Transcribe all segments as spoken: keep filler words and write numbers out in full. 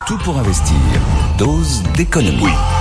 Tout pour investir. Dose d'économie.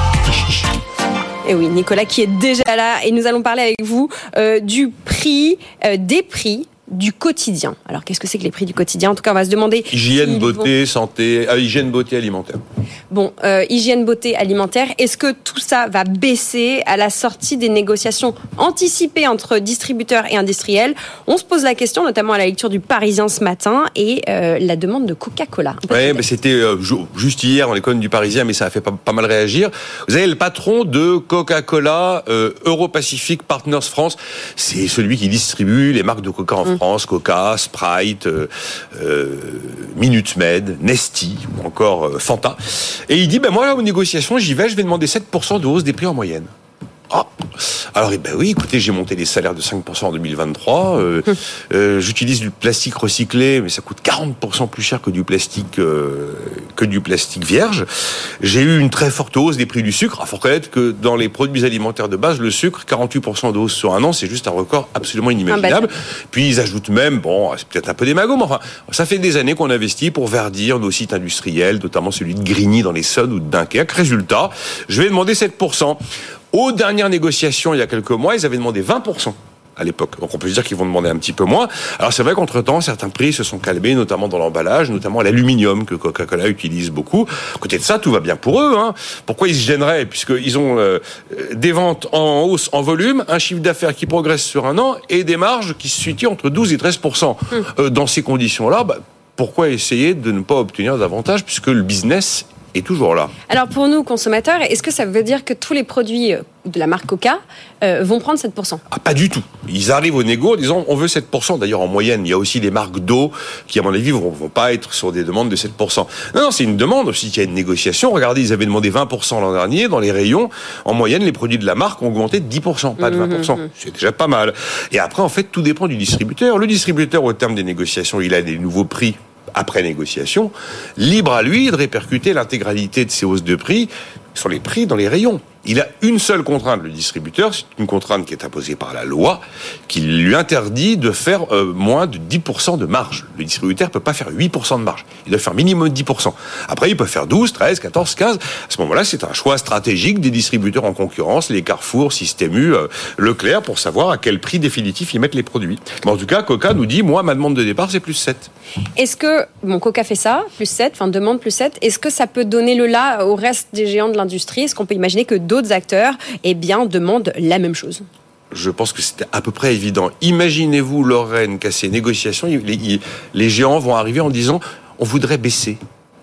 Et oui, Nicolas qui est déjà là et nous allons parler avec vous euh, du prix, euh, des prix du quotidien. Alors, qu'est-ce que c'est que les prix du quotidien ? En tout cas, on va se demander... Hygiène, beauté, vont... santé... Euh, hygiène, beauté, alimentaire. Bon, euh, hygiène, beauté, alimentaire. Est-ce que tout ça va baisser à la sortie des négociations anticipées entre distributeurs et industriels ? On se pose la question, notamment à la lecture du Parisien ce matin, et euh, la demande de Coca-Cola. Oui, mais c'était euh, juste hier dans les colonnes du Parisien, mais ça a fait pas, pas mal réagir. Vous avez le patron de Coca-Cola, euh, Euro-Pacific Partners France. C'est celui qui distribue les marques de Coca en France. France, Coca, Sprite, euh, euh, Minute Maid, Nesty ou encore euh, Fanta. Et il dit, ben moi, là, aux négociations, j'y vais, je vais demander sept pour cent de hausse des prix en moyenne. Ah. Alors, eh ben oui, écoutez, j'ai monté les salaires de cinq pour cent en deux mille vingt-trois. Euh, hum. euh, j'utilise du plastique recyclé, mais ça coûte quarante pour cent plus cher que du plastique euh, que du plastique vierge. J'ai eu une très forte hausse des prix du sucre. Il faut reconnaître que dans les produits alimentaires de base, le sucre, quarante-huit pour cent de hausse sur un an, c'est juste un record absolument inimaginable. Puis ils ajoutent même, bon, c'est peut-être un peu démago, mais enfin, ça fait des années qu'on investit pour verdir nos sites industriels, notamment celui de Grigny dans l'Essonne ou de Dunkerque. Résultat, je vais demander sept pour cent. Aux dernières négociations, il y a quelques mois, ils avaient demandé vingt pour cent à l'époque. Donc on peut se dire qu'ils vont demander un petit peu moins. Alors c'est vrai qu'entre-temps, certains prix se sont calmés, notamment dans l'emballage, notamment l'aluminium que Coca-Cola utilise beaucoup. À côté de ça, tout va bien pour eux. Hein. Pourquoi ils se gêneraient ? Puisqu'ils ont euh, des ventes en hausse en volume, un chiffre d'affaires qui progresse sur un an et des marges qui se situent entre douze et treize pour cent. Hum. Euh, dans ces conditions-là, bah, pourquoi essayer de ne pas obtenir davantage puisque le business est toujours là. Alors pour nous, consommateurs, est-ce que ça veut dire que tous les produits de la marque Coca euh, vont prendre sept pour cent ? Ah, pas du tout. Ils arrivent au négo en disant on veut sept pour cent. D'ailleurs, en moyenne, il y a aussi des marques d'eau qui, à mon avis, vont, vont pas être sur des demandes de sept pour cent. Non, non, c'est une demande aussi qu'il y a une négociation. Regardez, ils avaient demandé vingt pour cent l'an dernier. Dans les rayons, en moyenne, les produits de la marque ont augmenté de dix pour cent, pas de vingt pour cent. Mmh. C'est déjà pas mal. Et après, en fait, tout dépend du distributeur. Le distributeur, au terme des négociations, il a des nouveaux prix après négociation, libre à lui de répercuter l'intégralité de ces hausses de prix sur les prix dans les rayons. Il a une seule contrainte, le distributeur, c'est une contrainte qui est imposée par la loi, qui lui interdit de faire euh, moins de dix pour cent de marge. Le distributeur ne peut pas faire huit pour cent de marge. Il doit faire minimum dix pour cent. Après, il peut faire douze, treize, quatorze, quinze. À ce moment-là, c'est un choix stratégique des distributeurs en concurrence, les Carrefour, Système U, euh, Leclerc, pour savoir à quel prix définitif ils mettent les produits. Mais en tout cas, Coca nous dit, moi, ma demande de départ, c'est plus sept. Est-ce que, bon, Coca fait ça, plus sept, enfin, demande plus sept. Est-ce que ça peut donner le là au reste des géants de l'industrie ? Est-ce qu'on peut imaginer que d'autres acteurs, eh bien, demandent la même chose ? Je pense que c'était à peu près évident. Imaginez-vous, Lorraine, qu'à ces négociations, les, les géants vont arriver en disant « on voudrait baisser ».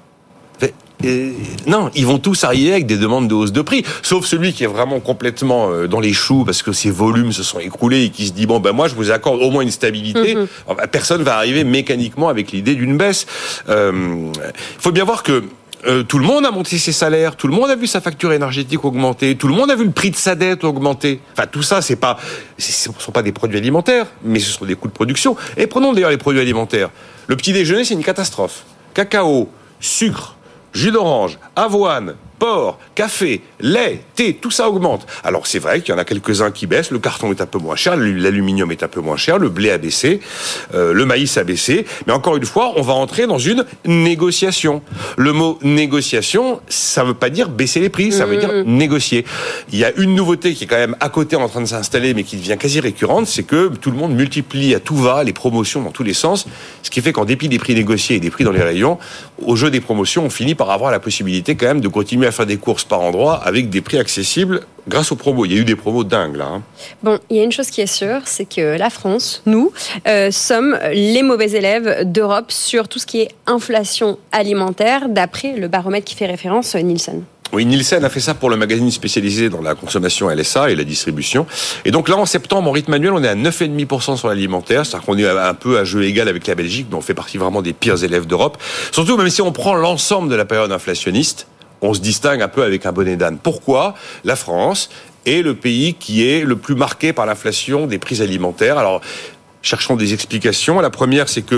Euh, non, ils vont tous arriver avec des demandes de hausse de prix, sauf celui qui est vraiment complètement euh, dans les choux parce que ses volumes se sont écroulés et qui se dit bon ben moi je vous accorde au moins une stabilité. Mm-hmm. Alors, ben, personne va arriver mécaniquement avec l'idée d'une baisse. Il euh, faut bien voir que Euh, tout le monde a monté ses salaires, tout le monde a vu sa facture énergétique augmenter, tout le monde a vu le prix de sa dette augmenter. Enfin, tout ça, c'est pas, ce ne sont pas des produits alimentaires, mais ce sont des coûts de production. Et prenons d'ailleurs les produits alimentaires. Le petit déjeuner, c'est une catastrophe. Cacao, sucre, jus d'orange, avoine, porc, café, lait, thé, tout ça augmente. Alors c'est vrai qu'il y en a quelques-uns qui baissent, le carton est un peu moins cher, l'aluminium est un peu moins cher, le blé a baissé, euh, le maïs a baissé, mais encore une fois, on va entrer dans une négociation. Le mot négociation, ça veut pas dire baisser les prix, ça veut dire négocier. Il y a une nouveauté qui est quand même à côté en train de s'installer, mais qui devient quasi récurrente, c'est que tout le monde multiplie à tout va les promotions dans tous les sens, ce qui fait qu'en dépit des prix négociés et des prix dans les rayons, au jeu des promotions, on finit par avoir la possibilité quand même de continuer à faire des courses par endroit avec des prix accessibles grâce aux promos. Il y a eu des promos dingues là. Hein. Bon, il y a une chose qui est sûre, c'est que la France, nous, euh, sommes les mauvais élèves d'Europe sur tout ce qui est inflation alimentaire, d'après le baromètre qui fait référence Nielsen. Oui, Nielsen a fait ça pour le magazine spécialisé dans la consommation L S A et la distribution. Et donc là, en septembre, en rythme annuel, on est à neuf virgule cinq pour cent sur l'alimentaire. C'est-à-dire qu'on est un peu à jeu égal avec la Belgique, mais on fait partie vraiment des pires élèves d'Europe. Surtout, même si on prend l'ensemble de la période inflationniste, on se distingue un peu avec un bonnet d'âne. Pourquoi ? La France est le pays qui est le plus marqué par l'inflation des prix alimentaires. Alors, cherchons des explications. La première, c'est que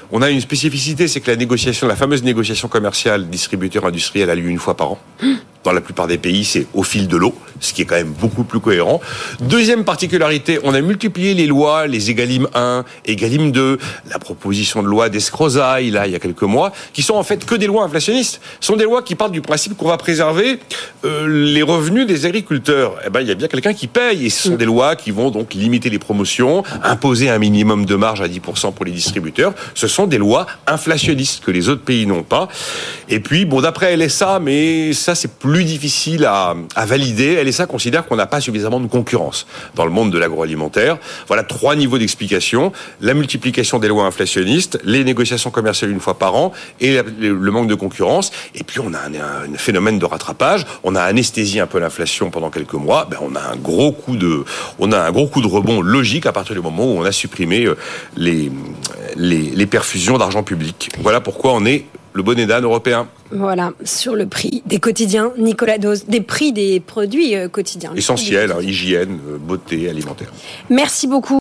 On a une spécificité, c'est que la négociation, la fameuse négociation commerciale distributeur-industriel a lieu une fois par an. Dans la plupart des pays, c'est au fil de l'eau, ce qui est quand même beaucoup plus cohérent. Deuxième particularité, on a multiplié les lois, les Egalim un, Egalim deux, la proposition de loi d'Escrozaille, là, il y a quelques mois, qui sont en fait que des lois inflationnistes. Ce sont des lois qui partent du principe qu'on va préserver euh, les revenus des agriculteurs. Eh ben, il y a bien quelqu'un qui paye, et ce sont des lois qui vont donc limiter les promotions, imposer un minimum de marge à dix pour cent pour les distributeurs. Ce sont des lois inflationnistes que les autres pays n'ont pas. Et puis, bon, d'après L S A, mais ça, c'est plus plus difficile à, à valider. L S A considère qu'on n'a pas suffisamment de concurrence dans le monde de l'agroalimentaire. Voilà trois niveaux d'explication. La multiplication des lois inflationnistes, les négociations commerciales une fois par an et la, le, le manque de concurrence. Et puis on a un, un phénomène de rattrapage. On a anesthésié un peu l'inflation pendant quelques mois. Ben, on a un gros coup de, on a un gros coup de rebond logique à partir du moment où on a supprimé les, les, les perfusions d'argent public. Voilà pourquoi on est le bonnet d'âne européen. Voilà, sur le prix des quotidiens, Nicolas Dauz, des prix des produits quotidiens. Essentiels, hein, hygiène, beauté, alimentaire. Merci beaucoup.